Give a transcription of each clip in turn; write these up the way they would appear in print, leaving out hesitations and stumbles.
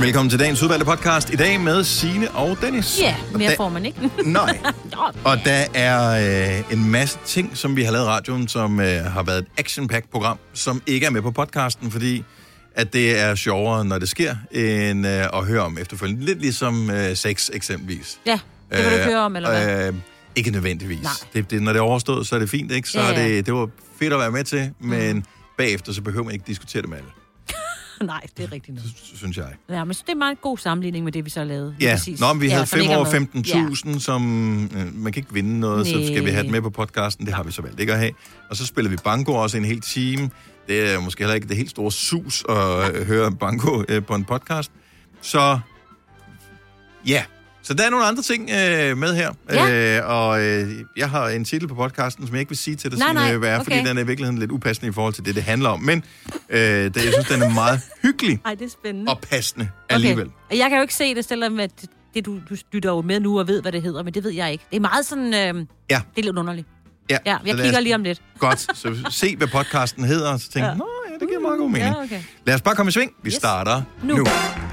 Velkommen til dagens udvalgte podcast. I dag med Signe og Dennis. Ja, mere får man ikke. Nej. Og der er en masse ting, som vi har lavet i radioen, som har været et action-pack-program, som ikke er med på podcasten, fordi at det er sjovere, når det sker, end at høre om efterfølgende. Lidt ligesom sex eksempelvis. Ja, det vil du høre om, eller hvad? Ikke nødvendigvis. Det, når det er overstået, så er det fint, ikke? Så ja. Det var fedt at være med til, men bagefter så behøver man ikke diskutere det med alle. Nej, det er rigtigt noget. Synes jeg. Ja, men det er en meget god sammenligning med det, vi så lavede. Ja, men vi havde 5 år 15.000, som man kan ikke vinde noget, så skal vi have det med på podcasten. Det har vi så valgt ikke at have. Og så spiller vi banko også en hel time. Det er måske heller ikke det helt store sus at høre banko på en podcast. Så ja, så der er nogle andre ting med her. Ja. Og jeg har en titel på podcasten, som jeg ikke vil sige til dig, fordi den er i virkeligheden lidt upassende i forhold til det handler om. Men jeg synes, den er meget hyggelig. Ej, det er spændende. Og passende alligevel. Jeg kan jo ikke se det, selvom at det du lytter jo med nu og ved, hvad det hedder, men det ved jeg ikke. Det er meget sådan... Det er lidt underligt. Ja, jeg kigger lige om lidt. Godt, så se, hvad podcasten hedder, og så tænker jeg, det giver meget god mening. Ja, okay. Lad os bare komme i sving. Vi starter nu.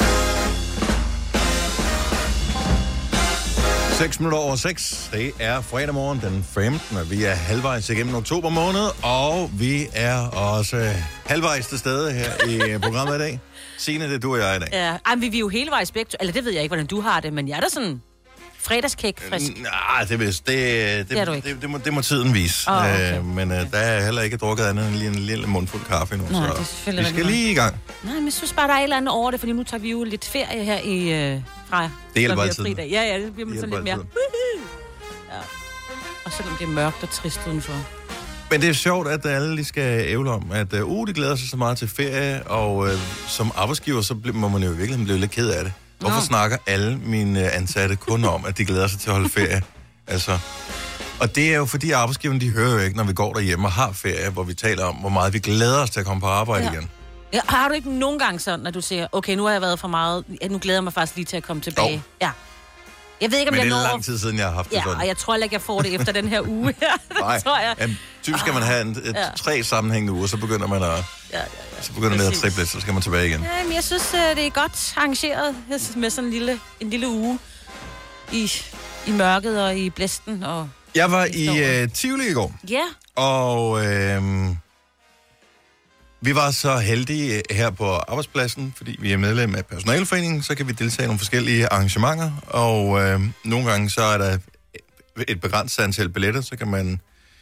6:06. Det er fredag morgen den 15. Vi er halvvejs igennem oktober måned, og vi er også halvvejs til stede her i programmet i dag. Signe, det er du og jeg i dag. Ja, vi er jo helvejs begge. Eller det ved jeg ikke, hvordan du har det, men jeg er da sådan fredagskæk frisk. Nej, det må tiden vise. Okay. Men der er heller ikke drukket andet end lige en lille mundfuld kaffe nu. Nej, så vi skal lige i gang. Nej, men jeg synes bare, der er et eller andet over det, fordi nu tager vi jo lidt ferie her i... fra det hjælper altid. Ja, det bliver man sådan lidt mere. Ja. Og selvom det er mørkt og trist udenfor. Men det er sjovt, at alle de skal ævle om, at de glæder sig så meget til ferie, og som arbejdsgiver, så må man jo i virkeligheden blive lidt ked af det. Hvorfor snakker alle mine ansatte kun om, at de glæder sig til at holde ferie? Altså, og det er jo fordi arbejdsgiverne, de hører jo ikke, når vi går derhjemme og har ferie, hvor vi taler om, hvor meget vi glæder os til at komme på arbejde igen. Ja, har du ikke nogen gang sådan, når du siger, okay, nu har jeg været for meget, nu glæder jeg mig faktisk lige til at komme tilbage? Jo. Ja. Jeg ved ikke, om men det er lang tid siden, jeg har haft det sådan. Ja, og jeg tror ikke, jeg får det efter den her uge her. Nej, tror jeg. Jamen, typisk skal man have 3 sammenhængende uger, så begynder man at... Så begynder man at triple, så skal man tilbage igen. Ja, men jeg synes, det er godt arrangeret med sådan en lille uge i mørket og i blæsten. Og jeg var i Tivoli i går. Ja. Og vi var så heldige her på arbejdspladsen, fordi vi er medlem af personaleforeningen, så kan vi deltage i nogle forskellige arrangementer, og nogle gange så er der et begrænset antal billetter, så kan man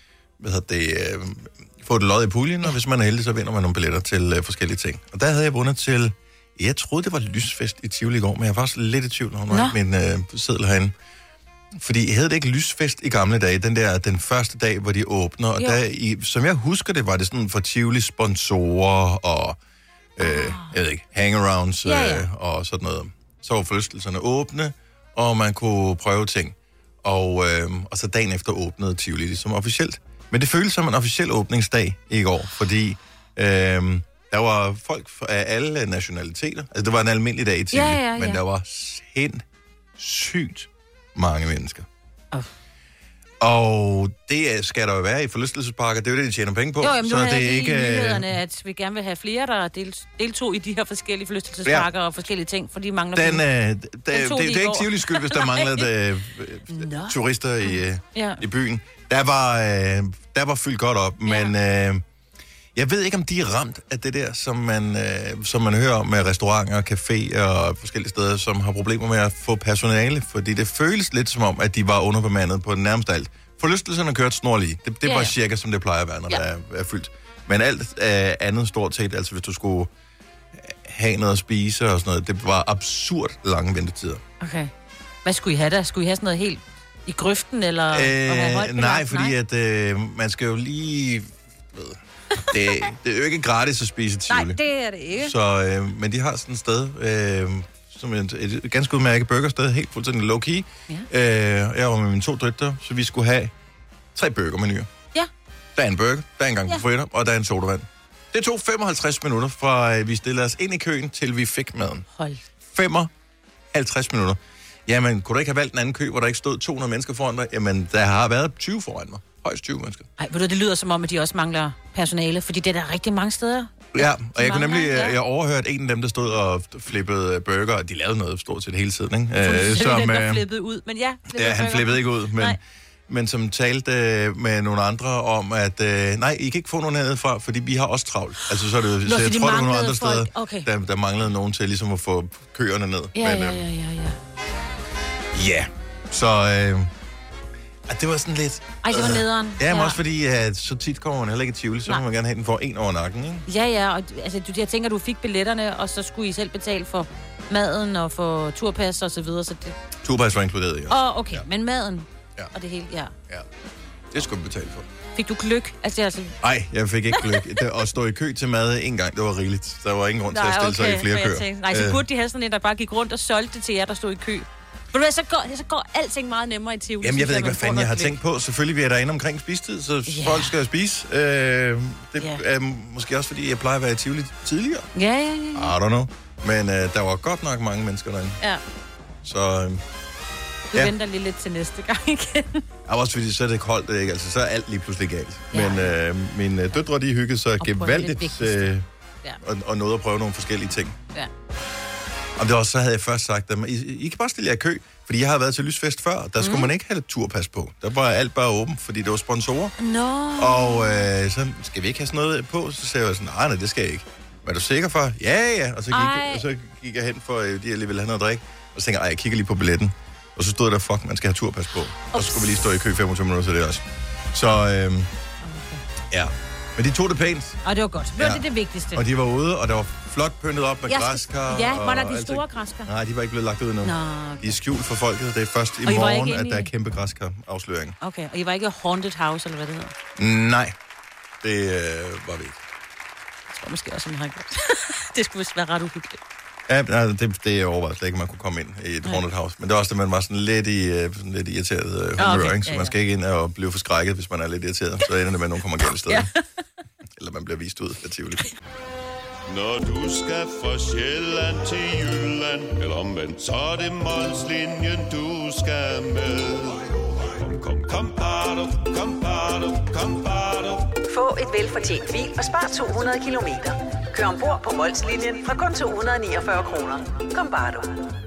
få et lod i puljen, og hvis man er heldig, så vinder man nogle billetter til forskellige ting. Og der havde jeg vundet til, jeg troede det var lysfest i Tivoli i går, men jeg var faktisk lidt i tvivl, når hun var min seddel herinde. Fordi havde det ikke lysfest i gamle dage, den første dag, hvor de åbner, og som jeg husker det, var det sådan for Tivoli sponsorer og jeg ved ikke, hangarounds og sådan noget. Så var forlystelserne åbne, og man kunne prøve ting. Og så dagen efter åbnede Tivoli som officielt. Men det føltes som en officiel åbningsdag i går, fordi der var folk af alle nationaliteter. Altså, det var en almindelig dag i Tivoli, men der var sindssygt mange mennesker. Og det skal der jo være i forlystelsesparker. Det er jo det, de tjener penge på. Jo, jamen, så det er ikke nyhederne, at vi gerne vil have flere, der deltog i de her forskellige forlystelsesparker og forskellige ting, for de mangler penge. Det er ikke Tivolis skyld, hvis der manglede turister i byen. Der var fyldt godt op, men jeg ved ikke, om de er ramt af det der, som man hører om med restauranter, caféer og forskellige steder, som har problemer med at få personale, fordi det føles lidt som om, at de var underbemandet på den nærmeste alt. Forlystelserne kørte snorlige. Det var cirka, som det plejer at være, når der er fyldt. Men alt andet stort set, altså hvis du skulle have noget at spise og sådan noget, det var absurd lange ventetider. Okay. Hvad skulle I have der? Skulle I have sådan noget helt i grøften, eller? Nej, fordi at man skal jo lige... Det er jo ikke gratis at spise Tivoli. Nej, det er det ikke. Så, men de har sådan et sted, som et ganske udmærket burgersted, helt fuldstændig low-key. Ja. Jeg var med mine 2 døtre, så vi skulle have 3 burgermenuer. Ja. Der er en burger, der er en gang fritter, og der er en sodavand. Det tog 55 minutter fra vi stillede os ind i køen, til vi fik maden. Hold. 55 minutter. Jamen, kunne du ikke have valgt en anden kø, hvor der ikke stod 200 mennesker foran dig? Jamen, der har været 20 foran mig. Højst 20 mennesker. Ej, ved du, det lyder som om, at de også mangler personale, fordi det er der rigtig mange steder. Ja, og jeg kunne nemlig, jeg overhørte en af dem, der stod og flippede burger, og de lavede noget stort set hele tiden, ikke? Som der flippede ud, men ja. Ja, han flippede ikke ud, men som talte med nogle andre om, at nej, I kan ikke få nogen hernede fra, fordi vi har også travlt. Altså, så er det, så jeg tror, der var nogle andre steder, der manglede nogen til ligesom at få køerne ned. Ja, så... det var sådan lidt... Ej, det var nederen. Ja, men også fordi, så tit kommer man heller ikke i Tivoli, så må man gerne have den for en over nakken, ikke? Ja, og altså, jeg tænker, du fik billetterne, og så skulle I selv betale for maden og for turpas og så videre, så det... Turpas var inkluderet, ja. Okay, men maden og det hele, ja. Det skulle vi betale for. Fik du gløk? Nej, jeg fik ikke gløk. At stå i kø til mad en gang, det var rigeligt. Der var ingen grund til at stille sig i flere køer. Nej, så burde de have sådan en, der bare gik rundt og solgte det til jer, der stod i kø. Men så går alting meget nemmere i Tivoli. Jamen, jeg ved ikke, hvad fanden jeg har tænkt på. Selvfølgelig vi er derinde omkring spistid, så folk skal spise. Det er måske også, fordi jeg plejer at være i Tivoli tidligere. Ja. I don't know. Men der var godt nok mange mennesker derinde. Ja. Så... Du venter lige lidt til næste gang igen. Ja, også fordi så er det koldt, ikke? Altså, så er alt lige pludselig galt. Ja. Men mine døtre, de hyggede sig gevaldigt og nåede at prøve nogle forskellige ting. Ja. Og det også, så havde jeg først sagt, at I kan bare stille jer i kø, fordi jeg havde været til lysfest før, der skulle man ikke have et turpas på. Der var alt bare åbent, fordi det var sponsorer. Og så skal vi ikke have sådan noget på, så sagde jeg sådan, nej, det skal jeg ikke. Men er du sikker for? Ja. Og så gik jeg hen for, de alligevel have noget at drikke, og så tænkte jeg kigger lige på billetten. Og så stod der, fuck, man skal have turpas på. Og så skulle vi lige stå i kø 25 minutter til det også. Så, ja. Men de tog det pænt. Og det var godt. Det var det vigtigste. Og de var ude, og der var flot pyntet op med græskar. Ja, var der de store græskar? Nej, de var ikke blevet lagt ud endnu. Okay. De er skjult for folket. Det er først i morgen, at der er kæmpe græskar-afsløring. Okay, og I var ikke Haunted House, eller hvad det hedder? Nej, det var vi ikke. Jeg tror måske også, man har gjort. Det skulle vist være ret uhyggeligt. Ja, det overvejede slet ikke, at man kunne komme ind i et haunted house. Men det er også det, man var sådan lidt irriteret humør, ikke? Så man skal ikke ind og blive forskrækket, hvis man er lidt irriteret. Så ender det med, at nogen kommer galt i stedet. Eller man bliver vist ud af Tivoli. Når du skal fra Sjælland til Jylland, eller omvendt, så er det Molslinjen, du skal med. Kom, bado. Få et velfortjent bil og spar 200 kilometer. Kør ombord på Molslinjen fra kun 249 kroner. Kom, bado.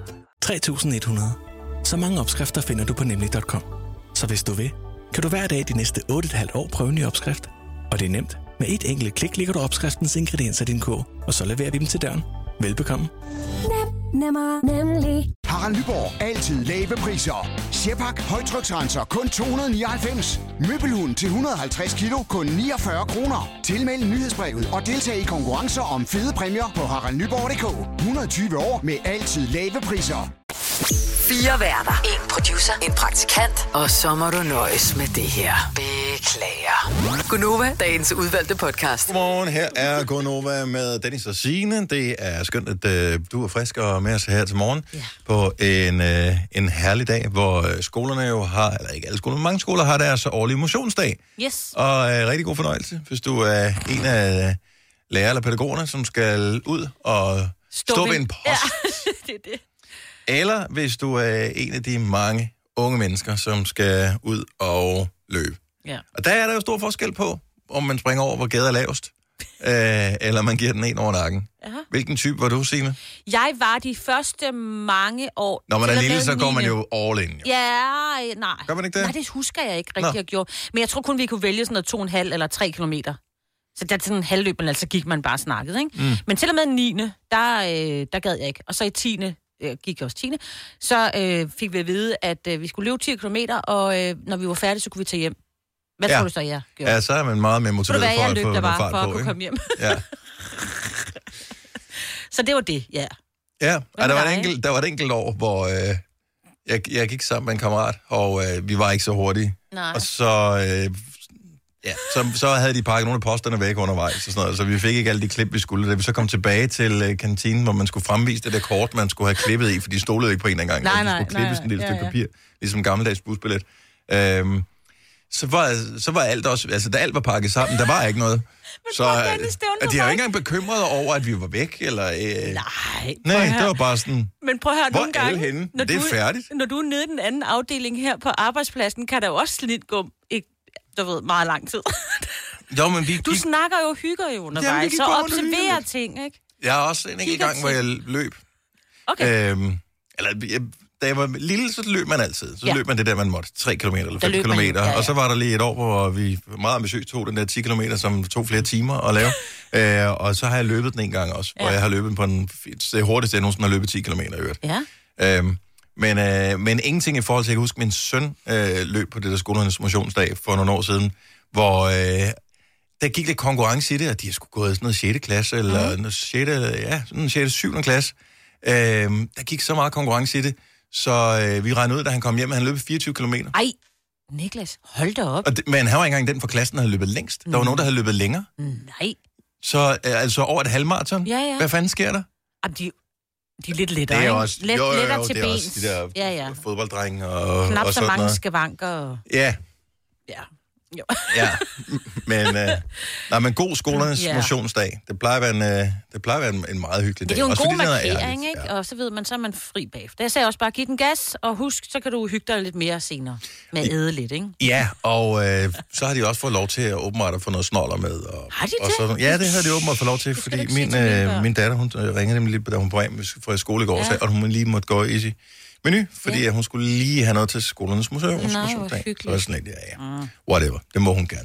3.100. Så mange opskrifter finder du på nemlig.com. Så hvis du vil, kan du hver dag de næste 8,5 år prøve en ny opskrift. Og det er nemt. Med et enkelt klik ligger du opskriftens ingredienser i din kog, og så leverer vi dem til døren. Velbekomme. Nemlig. Harald Nyborg. Altid lave priser. Sjehpak højtryksrenser kun 299. Møbelhund til 150 kilo kun 49 kroner. Tilmeld nyhedsbrevet og deltag i konkurrencer om fede præmier på haraldnyborg.dk. 120 år med altid lave priser. 4 værter. 1 producer. 1 praktikant. Og så må du nøjes med det her. Beklager. Gunova, dagens udvalgte podcast. Godmorgen, her er Gunova med Dennis og Signe. Det er skønt, at du er frisk og med os her til morgen på en herlig dag, hvor skolerne jo har, eller ikke alle skoler, men mange skoler har deres årlige motionsdag. Yes. Og rigtig god fornøjelse, hvis du er en af lærer eller pædagogerne, som skal ud og stå ved en post. Ja, det er det. Eller hvis du er en af de mange unge mennesker, som skal ud og løbe. Ja. Og der er der jo stor forskel på, om man springer over, hvor gaden er lavest, eller man giver den en over nakken. Aha. Hvilken type var du, Signe? Jeg var de første mange år... Når man er lille, så går man jo all in. Jo. Ja, nej. Gør man ikke det? Nej, det husker jeg ikke rigtig, jeg gjorde. Men jeg tror kun, vi kunne vælge sådan noget 2,5 eller 3 kilometer. Så der sådan en halvløb, men altså gik man bare snakket, ikke? Men til og med 9. Der gad jeg ikke. Og så i 10. Gik jeg også 10. Så fik vi at vide, at vi skulle løbe 10 kilometer, og når vi var færdige, så kunne vi tage hjem. Hvad tror du så, jeg gjorde? Ja, så er man meget mere motiveret for at få fart på. For at kunne komme hjem. Ja. Så det var det, ja. Ja, og der var et enkelt år, hvor jeg gik sammen med en kammerat, og vi var ikke så hurtige. Nej. Og så havde de pakket nogle af posterne væk undervejs, og sådan noget, så vi fik ikke alle de klip, vi skulle. Da vi så kom tilbage til kantinen, hvor man skulle fremvise det der kort, man skulle have klippet i, for de stolede ikke på en gang. Nej, de skulle klippes en lille stykke papir, ligesom gammeldags busbillet. Så var alt også, altså da alt var pakket sammen, der var ikke noget. Så de har jo ikke engang bekymret over, at vi var væk, eller... Nej, det var bare sådan... Men prøv at høre, nogle gange... Hvor er alle henne? Det er færdigt. Når du er nede i den anden afdeling her på arbejdspladsen, kan der jo også lidt gå, du ved, meget lang tid. Jo, men Du snakker jo og hygger jo undervejs, så observerer ting, ikke? Jeg har også en enkelt gang, hvor jeg løb. Okay. Da jeg var lille, så løb man altid. Så løb man det der, man måtte. 3 km eller 5 km. Ja. Og så var der lige et år, hvor vi meget ambitiøst tog den der 10 km, som tog flere timer at lave. Og så har jeg løbet den en gang også, hvor jeg har løbet på det hurtigste, jeg nogensinde har løbet 10 km i øvrigt. Ja. Men ingenting i forhold til, at jeg husker, min søn løb på det der skolernes motionsdag for nogle år siden, hvor der gik lidt konkurrence i det, og de har sgu gået sådan noget 6. klasse, eller noget 6. 7. klasse. Der gik så meget konkurrence i det, så vi regnede ud, da han kom hjem, at han løb 24 km. Ej, Niklas, hold da op. Men han var ikke engang den fra klassen, der havde løbet længst. Der var nogen, der havde løbet længere. Nej. Så altså over et halvmaraton. Ja. Hvad fanden sker der? Jamen, de er lidt lettere, det er også, ikke? Lettere til det er bens. også de der fodbolddrenge og knap og så mange skavanker. Og... Ja. Ja. Jo. Ja, men god skolernes motionsdag. Det plejer at være en meget hyggelig dag. Det er jo en også god markering, ikke? Ja. Og så ved man, så er man fri bagefter. Jeg sagde også bare, giv den gas, og husk, så kan du hygge dig lidt mere senere med at æde lidt, ikke? Ja, og så har de også fået lov til at åbenbart få noget snoller med. Har de og det? Sådan. Ja, det har de åbenbart fået lov til, fordi min datter, hun ringede nemlig lige, da hun på hjem fra skole i går, og hun lige måtte gå i menu, fordi hun skulle lige have noget til skolernes museum. Så var sådan lidt, whatever, det må hun gerne.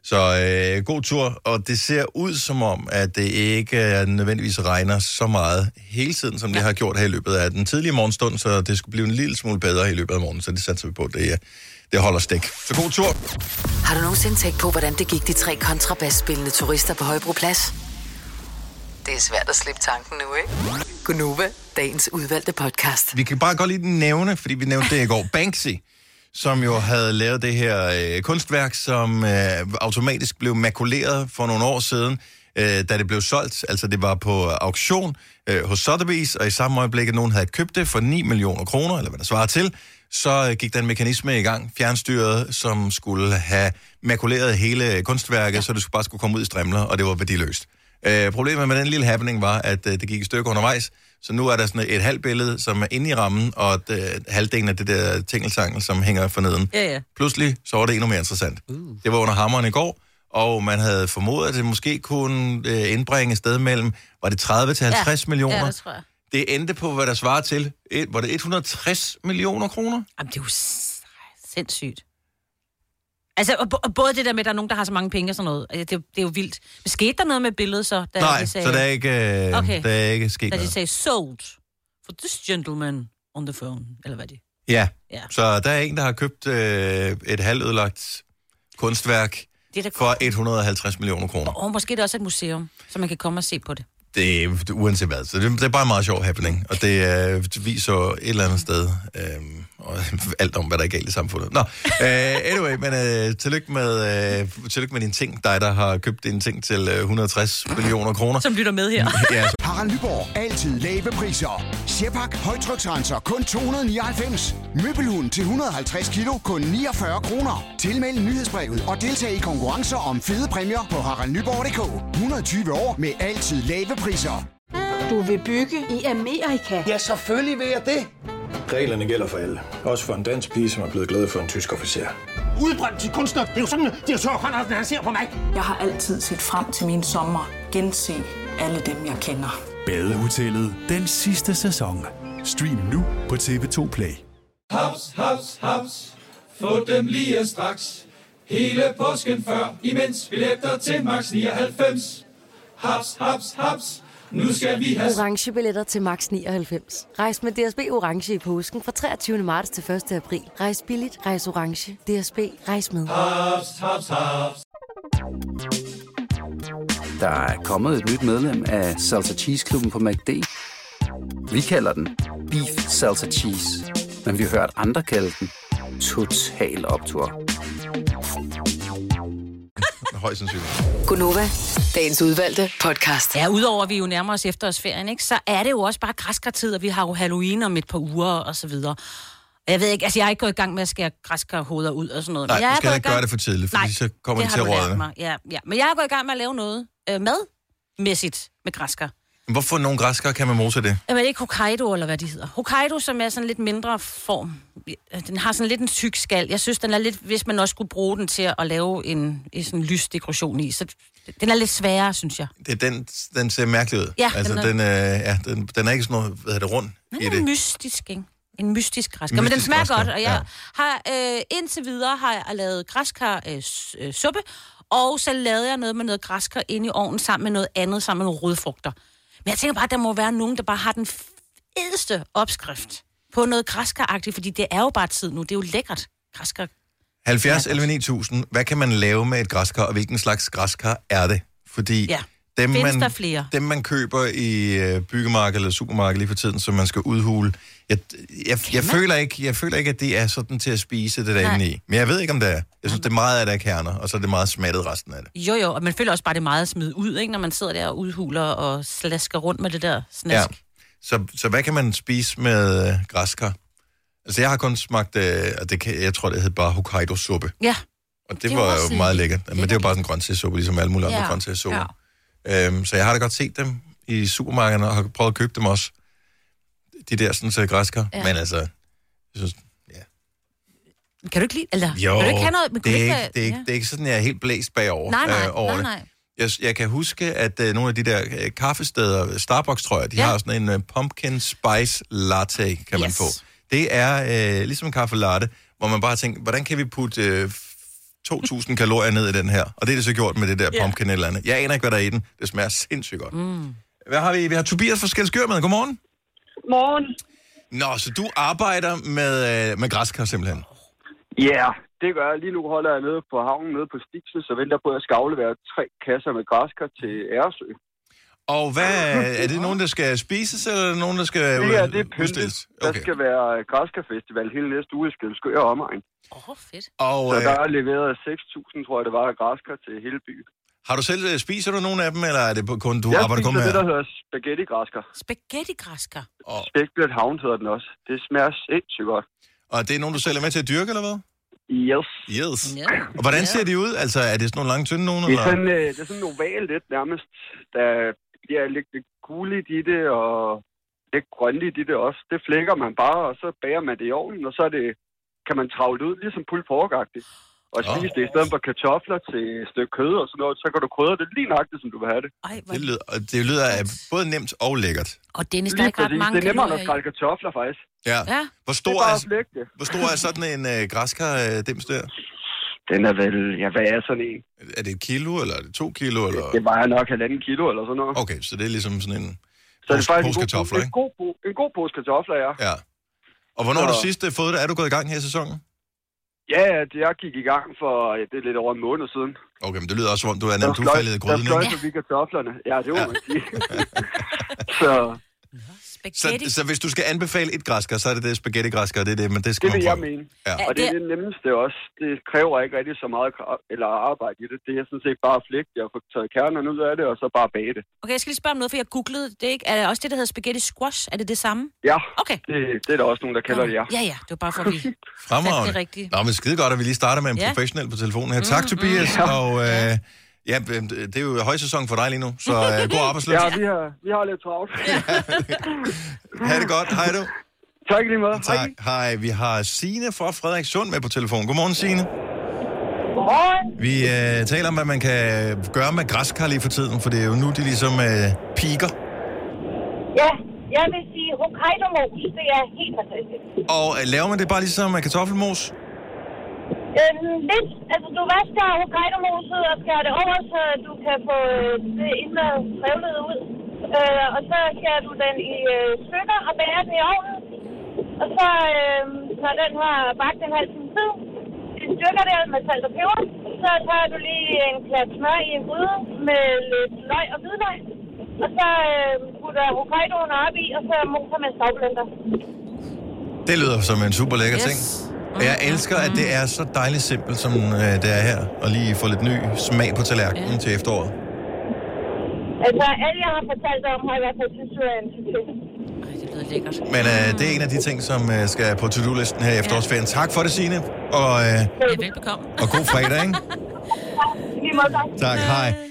Så god tur, og det ser ud som om, at det ikke nødvendigvis regner så meget hele tiden, som det har gjort her i løbet af den tidlige morgenstund, så det skulle blive en lille smule bedre i løbet af morgenen, så det satser vi på, det holder stik. Så god tur. Har du nogensinde tænkt på, hvordan det gik de 3 kontrabasspillende turister på Højbroplads? Det er svært at slippe tanken nu, ikke? Gunova, dagens udvalgte podcast. Vi kan bare godt lige nævne, fordi vi nævnte det i går, Banksy, som jo havde lavet det her kunstværk, som automatisk blev makuleret for nogle år siden, da det blev solgt. Altså det var på auktion hos Sotheby's, og i samme øjeblik, at nogen havde købt det for 9 millioner kroner, eller hvad der svarer til, så gik der en mekanisme i gang, fjernstyret, som skulle have makuleret hele kunstværket, så det bare skulle komme ud i strimler, og det var værdiløst. Problemet med den lille happening var, at det gik i stykker undervejs, så nu er der sådan et halvt billede, som er inde i rammen, og halvdelen af det der tingeltangel, som hænger forneden. Ja. Pludselig, så var det endnu mere interessant. Det var under hammeren i går, og man havde formodet, at det måske kunne indbringe et sted mellem, var det 30 til 50 millioner? Ja, det tror jeg. Det endte på, hvad der svarer til, var det 160 millioner kroner? Jamen, det er jo sindssygt. Altså, og både det der med, at der er nogen, der har så mange penge og sådan noget, det er jo vildt. Men skete der noget med billedet så? Da Nej, de sagde, så der er ikke sket da noget. De sagde, sold for this gentleman on the phone, eller hvad det? Ja, så der er en, der har købt et halvødelagt kunstværk for 150 millioner kroner. Og måske er det også et museum, så man kan komme og se på det. Det er uanset hvad. Så det er bare en meget sjov happening, og det viser et eller andet sted og alt om, hvad der er galt i samfundet. Nå, anyway, men tillykke med din ting, dig der har købt din ting til 160 millioner kroner. Som lytter med her. Ja. Harald Nyborg. Altid lave priser. Sjehpak højtryksrenser kun 299. Møbelhund til 150 kilo kun 49 kroner. Tilmeld nyhedsbrevet og deltag i konkurrencer om fede præmier på haraldnyborg.dk. 120 år med altid lave priser. Du vil bygge i Amerika? Ja, selvfølgelig vil jeg det. Reglerne gælder for alle. Også for en dansk pige, som er blevet glad for en tysk officer. Udbrændt til kunstner. Det er jo sådan, at direktør Conradsen, han ser på mig. Jeg har altid set frem til min sommer. Gense alle dem, jeg kender. Badehotellet den sidste sæson. Stream nu på TV2 Play. Haps, haps, haps. Få dem lige straks. Hele påsken før, imens billetter til max 99. Haps, haps, haps. Nu skal vi have orange billetter til max 99. Rejs med DSB orange i påsken fra 23. marts til 1. april. Rejs billigt, rejs orange. DSB, rejs med. haps, haps, haps. Der er kommet et nyt medlem af Salsa Cheese Klubben på McD. Vi kalder den Beef Salsa Cheese, men vi har hørt andre kalde den Total Optur. Højst sandsynligt. Gunova, dagens udvalgte podcast. Ja, udover at vi jo nærmer os efterårsferien, ikke, så er det jo også bare græskartid, og vi har jo Halloween om et par uger og så videre. Jeg ved ikke, altså jeg er ikke gået i gang med at skære græskarhoveder ud og sådan noget. Nej, men jeg du skal ikke gøre det for tidligt, fordi så kommer det til at rådne. Ja, men jeg er gået i gang med at lave noget madmæssigt med græskar. Hvorfor nogle græskar kan man mose det? Jamen, ikke Hokkaido, eller hvad de hedder. Hokkaido, som er sådan lidt mindre form. Den har sådan lidt en tyk skal. Jeg synes, den er lidt, hvis man også skulle bruge den til at lave en sådan lysdekoration i, så den er lidt sværere, synes jeg. Den ser mærkelig ud. Ja, altså, den er ikke sådan noget, hvad hedder det, rund i det. Den er mystisk, ikke? En mystisk græskar. Men den smager godt, og jeg har indtil videre har jeg lavet græskar suppe, og så lavede jeg noget med noget græskar inde i ovnen sammen med noget andet, sammen med nogle rødfrugter. Men jeg tænker bare, at der må være nogen, der bare har den fedeste opskrift på noget græskaragtigt, fordi det er jo bare tid nu. Det er jo lækkert, græskar. 70 11 9000. Hvad kan man lave med et græskar, og hvilken slags græskar er det? Fordi dem, man køber i byggemarked eller supermarked lige for tiden, som man skal udhule, jeg føler ikke, at det er sådan til at spise det der inde i. Men jeg ved ikke, om det er. Jeg synes, det er meget af det er kerner, og så er det meget smattet resten af det. Jo, og man føler også bare, det er meget smidt ud, ikke, når man sidder der og udhuler og slasker rundt med det der snask. Ja. Så hvad kan man spise med græskar? Altså, jeg har kun smagt, jeg tror, det hed bare Hokkaido-suppe. Ja. Og det var jo meget lækkert. Men det er jo bare sådan en grøntsagssuppe, ligesom alle mulige andre grøntsagssuppe. Ja. Så jeg har da godt set dem i supermarkederne, og har prøvet at købe dem også. De der sådan græskar. Ja. Men altså, jeg synes, Kan du ikke lide? Eller, jo, kan du ikke have noget? Men det er ikke sådan, jeg er helt blæst bagover. Nej. Jeg kan huske, at nogle af de der kaffesteder, Starbucks tror jeg, de har sådan en pumpkin spice latte, kan man få. Det er ligesom en kaffe latte, hvor man bare tænker, hvordan kan vi putte 2.000 kalorier ned i den her? Og det er det så gjort med det der pumpkin eller andet. Jeg aner ikke, hvad der er i den. Det smager sindssygt godt. Hvad har vi? Vi har Tobias fra Skælskør med. Godmorgen. Godmorgen. Nå, så du arbejder med græskar simpelthen? Ja, det gør jeg. Lige nu holder jeg nede på havnen, nede på Stigsel, så venter på, at jeg skal aflevere 3 kasser med græskar til Æresø. Og hvad, er det nogen, der skal spises, eller er det nogen, der skal det er pyntet. Okay. Der skal være græskarfestival hele næste uge i Skælskør og omegn. Fedt. Så der er leveret 6.000, tror jeg, det var, græskar til hele byen. Har du selv, spiser du nogen af dem, eller er det kun, du arbejder kun med? Jeg spiser det, der hedder spaghetti-græskar. Spaghetti-græskar? Spækblæt havn hedder den også. Det smager sindssygt godt. Og det er nogen, du selv er med til at dyrke, eller hvad? Yes. Yeah. Og hvordan ser de ud? Altså, er det sådan nogle lange, tynde nogen? Det er sådan ovalt lidt nærmest. Der bliver lidt gulligt i det, og lidt grønligt i det også. Det flækker man bare, og så bager man det i ovnen, og så er det, kan man travle ud, ligesom pulled-pork-agtigt. Og spise det i stedet for kartofler til et stykke kød og sådan noget, så kan du krydre det lige nøjagtigt, som du vil have det. Det lyder både nemt og lækkert. Og Dennis, der er ikke ret mange kalorier. Det er nemmere at skrælle kartofler, faktisk. Ja. Hvor stor er sådan en græskar-dims der? Den er vel, hvad er sådan en? Er det 1 kilo, eller er det 2 kilo? Eller? Det vejer nok 1,5 kilo, eller sådan noget. Okay, så det er ligesom sådan en pose kartofler, ikke? En god pose kartofler, ja. Og hvornår har du sidst fået det? Er du gået i gang her i sæsonen? Ja, jeg gik i gang for det er lidt over en måned siden. Okay, men det lyder også, som om du er nemt ufaldet i gryden, ikke? Der fløj forbi kartoflerne. Ja, det må man sige. Så hvis du skal anbefale et græskar, så er det spaghetti-græskar, det er det, men det skal man prøve. Det vil jeg mene. Ja. Og det er det nemmeste også. Det kræver ikke rigtig så meget eller arbejde i det. Det er sådan set bare flægt. Jeg har fået taget kernerne ud af det, og så bare bage det. Okay, jeg skal lige spørge om noget, for jeg googlede det, ikke? Er det også det, der hedder spaghetti squash? Er det det samme? Ja, okay. Det er der også nogen, der kalder det, ja. Ja, det var bare for, at vi fandt det rigtigt. Nå, men skide godt, at vi lige starter med en professionel på telefonen her. Tak, Tobias, og... Ja, det er jo højsæson for dig lige nu, så god arbejdsløs. Ja, vi har lidt travlt. Ha' det godt. Hej du. Tak lige meget. Tak. Hej. Vi har Signe fra Frederikssund med på telefon. Godmorgen, Signe. Godmorgen. Vi taler om, hvad man kan gøre med græskar lige for tiden, for det er jo nu, de ligesom piker. Ja, jeg vil sige Hokkaido-mos. Det er helt fantastisk. Og laver man det bare ligesom Kartoffelmos? Lidt. Altså, du vasker Hokkaido-moset og skærer det over, så du kan få det indre trevlet ud. Og så skærer du den i stykker og bager den i ovnen. Og så, når den har bagt en halv time tid, de stykker der med salt og peber, så tager du lige en klat smør i en gryde med lidt løg og hvidløg. Og så putter Hokkaidoen op i, og så moser med en stavblender. Det lyder som en super lækker ting. Og jeg elsker, at det er så dejligt simpelt, som det er her. Og lige få lidt ny smag på tallerkenen til efteråret. Altså, alle jeg har fortalt om, har i hvert fald synes, det er en succes. Det lyder lækkert. Men det er en af de ting, som skal på to-do-listen her i efterårsferien. Tak for det, Signe. Og velbekomme. Og god fredag, ikke? Lige måde, tak. Tak, hej.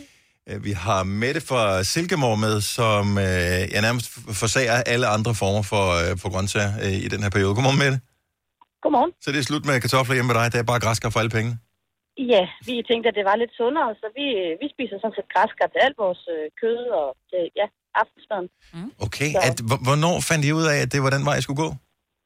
Vi har Mette fra Silkeborg med, som jeg nærmest forsager alle andre former for grøntsager i den her periode. Godmorgen, Mette. Godmorgen. Så det er slut med kartofler hjemme med dig. Det er bare græskar for alle pengene. Ja, vi tænkte, at det var lidt sundere, så vi spiser sådan set græskar til alt vores kød og aftensmaden. Okay, hvornår fandt I ud af, at det var den vej, I skulle gå?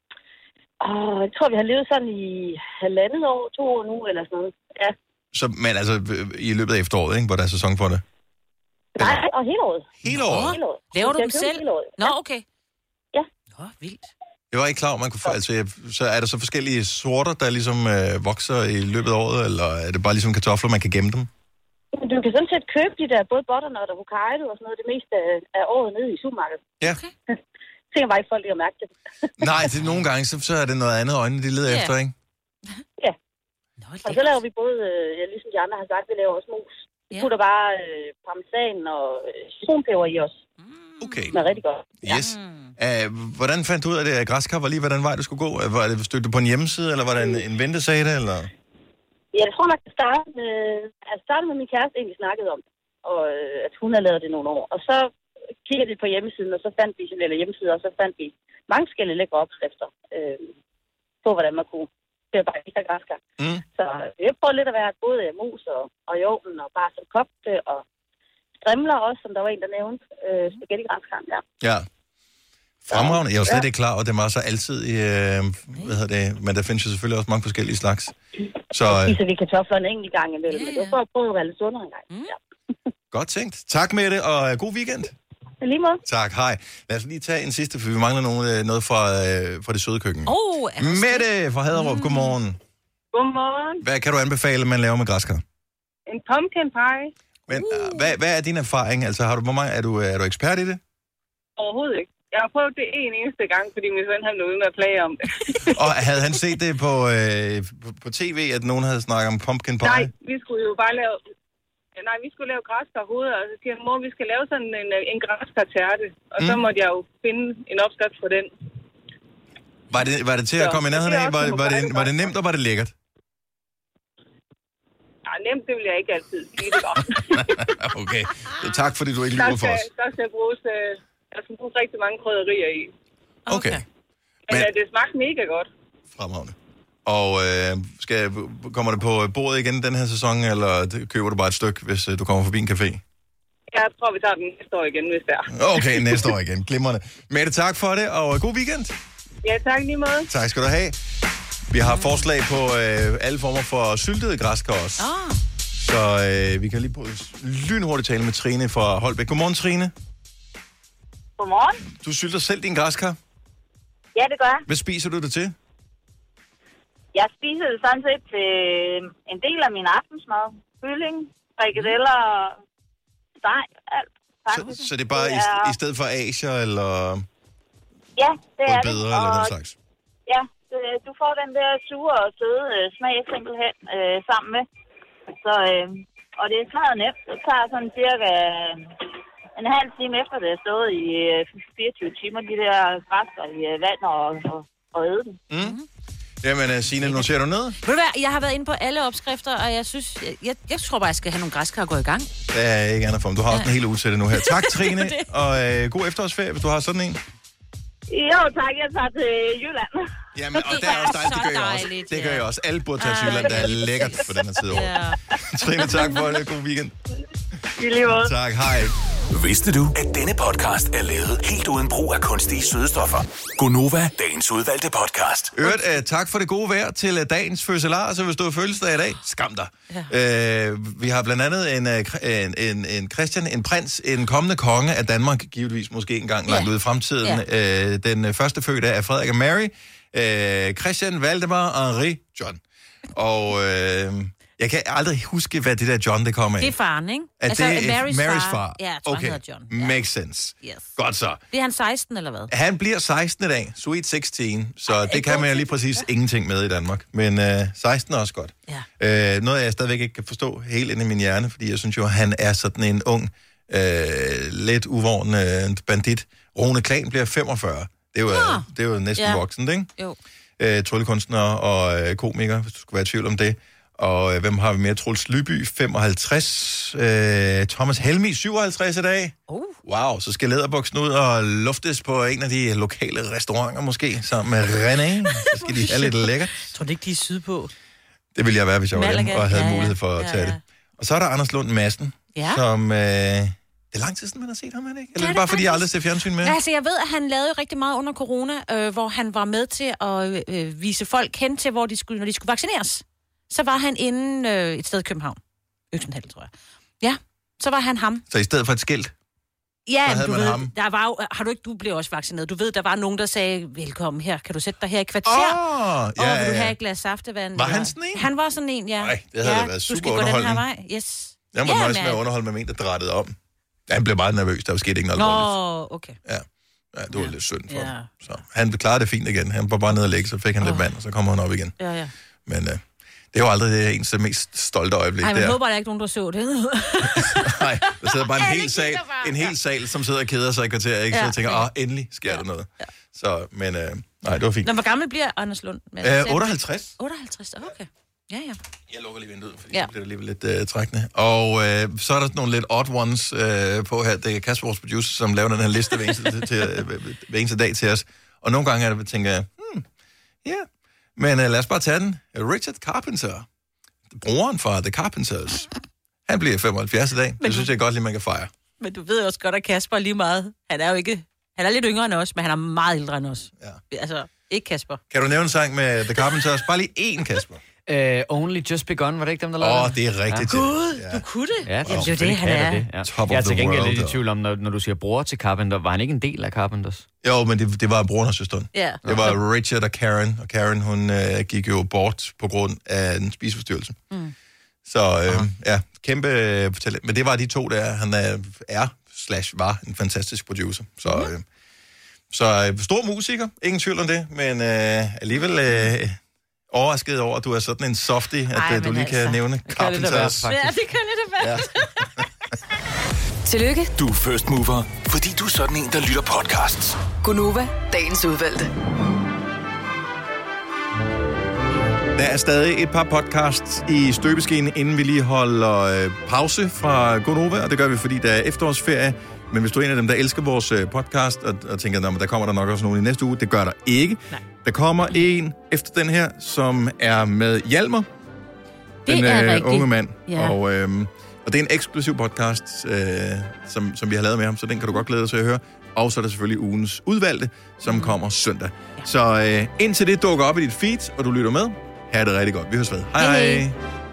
Jeg tror, vi har levet sådan i 1,5 år, 2 år nu, eller sådan noget. Ja. Så, men altså, i løbet af efteråret, ikke, hvor der er sæson for det? Nej, og hele året. Hele året? Hele året. Laver du dem selv? Nå, okay. Ja. Nå, vildt. Jeg var ikke klar, man kunne få, altså, så er der så forskellige sorter, der ligesom vokser i løbet af året, eller er det bare ligesom kartofler, man kan gemme dem? Du kan sådan set købe de der, både butternut og Hokkaido og sådan noget, det meste af året nede i supermarkedet. Ja. Okay. Det tænker bare ikke folk, der mærke til det. Nej, det er nogle gange, så er det noget andet øjne, de leder efter, ikke? Ja. Og så laver vi både, ligesom de andre har sagt, vi laver også mus. Vi putter bare parmesan og citronpeber i os. Okay. Det er rigtig godt. Yes. Hvordan fandt du ud af det, at græskar var lige, hvad den vej, du skulle gå? Var det støtte på en hjemmeside, eller var det en ven, der sagde det, eller? Ja, jeg tror nok, at starte med min kæreste egentlig snakkede om, og at hun havde lavet det nogle år. Og så kiggede vi på hjemmesiden, og så fandt vi og så fandt vi mange forskellige lækre opskrifter på, hvordan man kunne bearbejde de her græskar. Så vi har prøvet lidt at være både mus og i ovnen, og bare som kogte, og strimler også, som der var en, der nævnte. Spaghetti-græskar, ja. Ja. Fremragende. Jeg var slet ikke klar over, at det var så altid i, men der findes jo selvfølgelig også mange forskellige slags. Så spiser vi kartofler en enkelt gang imellem, men det var for at prøve at være lidt sundere en gang. Ja. Godt tænkt. Tak med det, og god weekend. Lige måde. Tak, hej. Lad os lige tage en sidste, for vi mangler noget fra det søde køkken. Mette fra Haderup, godmorgen. Godmorgen. Hvad kan du anbefale, man laver med græskar? En pumpkin pie. Men hvad er din erfaring? Altså, er du ekspert i det? Overhovedet ikke. Jeg har prøvet det en eneste gang, fordi min søn havde noget med at plage om det. Og havde han set det på tv, at nogen havde snakket om pumpkin pie? Nej, vi skulle jo bare lave... Nej, vi skulle lave græskarhoveder, og så siger mor, vi skal lave sådan en græskartærte. Og så måtte jeg jo finde en opskrift på den. Var det til at komme i nærheden af? Var det nemt, og var det lækkert? Ja, nemt, det vil jeg ikke altid sige det godt. Okay, tak fordi du ikke lyver for os. Der skal bruges rigtig mange krydderier i. Okay. Men det smagte mega godt. Fremragende. Og kommer det på bordet igen den her sæson, eller køber du bare et stykke, hvis du kommer forbi en café? Jeg tror, vi tager den næste år igen, hvis det er. Okay, næste år igen. Glimrende. Mette, tak for det, og god weekend. Ja, tak lige måde. Tak skal du have. Vi har forslag på alle former for syltede græskar også. Så vi kan lige på lynhurtigt tale med Trine fra Holbæk. Godmorgen, Trine. Godmorgen. Du sylter selv din græskar? Ja, det gør jeg. Hvad spiser du det til? Jeg spiser det sådan set til en del af min aftensmad. Kylling, frikadeller, steg, alt. Så det er bare i stedet for asier, eller... Ja, det er det. Bedre, eller den slags? Ja, du får den der sure og søde smag simpelthen sammen med. Så, og det er smadret nemt. Det tager sådan cirka en halv time efter, det er stået i 24 timer, de der græsker i vand og æde dem. Jamen, Signe, nu ser du ned. Ved du hvad, jeg har været inde på alle opskrifter, og jeg synes, jeg tror bare, jeg skal have nogle græskar at gå i gang. Det er ikke andet for mig. Du har også en hel uge til det nu her. Tak, Trine, og god efterårsferie, hvis du har sådan en. Jo, tak. Jeg tager til Jylland. Jamen, og det er også dejligt. Det gør jeg også. Det gør jeg også. Alle burde tage til Jylland. Det er lækkert på den her tid over. Trine, tak for det. God weekend. I lige måde. Tak, hej. Vidste du, at denne podcast er lavet helt uden brug af kunstige sødestoffer? Gonova, dagens udvalgte podcast. Tak for det gode vejr til dagens fødselar, så hvis du har fødselsdag i dag, skam dig. Ja. Vi har blandt andet en Christian, en prins, en kommende konge af Danmark, givetvis måske engang langt ude i fremtiden. Ja. Den første fødte er Frederik og Mary, Christian, Valdemar, Henri, John. Og... jeg kan aldrig huske, hvad det der John, det kommer af. Det er faren, ikke? Altså Marys far. Ja, jeg tror, han hedder John. Ja. Makes sense. Yes. Godt så. Det er han 16, eller hvad? Han bliver 16 i dag. Sweet 16. Så det kan man jo lige præcis ingenting med i Danmark. Men 16 er også godt. Ja. Noget, jeg stadigvæk ikke kan forstå helt inde i min hjerne, fordi jeg synes jo, han er sådan en ung, lidt uvåren bandit. Rune Klan bliver 45. Det er jo næsten voksent, ikke? Jo. Tryllekunstner og komiker, hvis du skulle være i tvivl om det. Og hvem har vi mere? Troels Lyby, 55. Thomas Helmi, 57 i dag. Wow, så skal læderbuksen ud og luftes på en af de lokale restauranter måske, sammen med René. Så skal de have lidt lækkert. Tror du ikke, de er sydpå? Det ville jeg være, hvis jeg var Malaga. hjemme og havde mulighed for at tage det. Og så er der Anders Lund Madsen, som... det er lang tid siden, man har set ham, ikke? Eller er det bare, fordi jeg aldrig ser fjernsyn med? Ja, altså, jeg ved, at han lavede rigtig meget under corona, hvor han var med til at vise folk hen til, hvor når de skulle vaccineres. Så var han inde et sted i København. Øksendal, tror jeg. Ja, så var han ham. Så i stedet for et skilt? Ja, du ved, der var jo, du blev også vaccineret. Du ved, der var nogen, der sagde, velkommen her, kan du sætte dig her i kvarter? Vil du have et glas saftevand? Var han sådan en? Han var sådan en, ja. Nej, det havde været super underholdende. Du skal gå den her vej, yes. Jeg var nøjes med at underholde med en, der drettede om. Han blev meget nervøs, der skete ikke noget alvorligt. Okay. Ja, det var lidt synd for ham. Så han klarede det fint igen. Han var bare nede og lægge, så fik han lidt vand, og så kom han op igen. Ja. Men det var aldrig det eneste mest stolte øjeblik. Nej, men jeg håber, der er ikke nogen, der så det. Nej, der sidder bare en hel sal, som sidder og keder sig i kvarter, ikke? Så jeg tænker, endelig sker der noget. Så, men nej, det var fint. Hvor gammel bliver Anders Lund? 58. 58, okay. Ja. Jeg lukker lige vinduet, fordi så bliver det alligevel lidt trækkende. Og så er der nogle lidt odd ones på her. Det er Kasper, vores producer, som laver den her liste hver eneste dag til os. Og nogle gange er det, tænker jeg, men lad os bare tage den. Richard Carpenter, broren fra The Carpenters, han bliver 75 i dag. Det synes jeg godt lige, man kan fejre. Men du ved også godt, at Kasper lige meget, han er lidt yngre end os, men han er meget ældre end os. Ja. Altså, ikke Kasper. Kan du nævne en sang med The Carpenters? Bare lige én, Kasper. Only Just Begun, var det ikke dem, der lavede det er rigtigt. Gud, du kunne det. Ja, det er jo det, han er. Jeg er til gengæld lidt i tvivl om, når du siger bror til Carpenter, var han ikke en del af Carpenters? Jo, men det var broren og søsteren. Ja. Det var Richard og Karen, og Karen, hun gik jo bort på grund af en spiseforstyrrelse. Så kæmpe talent. Men det var de to, der han var en fantastisk producer. Så stor musiker, ingen tvivl om det, men alligevel... overrasket over, at du er sådan en softie, at du lige kan nævne Carpenters. Ja, det kan lidt være. Tillykke. Du er first mover, fordi du er sådan en, der lytter podcasts. Gunova, dagens udvalgte. Der er stadig et par podcasts i støbeskeen, inden vi lige holder pause fra Gunova, og det gør vi, fordi der er efterårsferie. Men hvis du er en af dem, der elsker vores podcast, og tænker, der kommer der nok også nogen i næste uge, det gør der ikke. Nej. Der kommer en efter den her, som er med Hjalmar, den unge mand. Ja. Og det er en eksklusiv podcast, som vi har lavet med ham, så den kan du godt glæde dig til at høre. Og så er der selvfølgelig ugens udvalgte, som kommer søndag. Ja. Så indtil det dukker op i dit feed, og du lytter med, have det rigtig godt. Vi høres ved. Hej hej.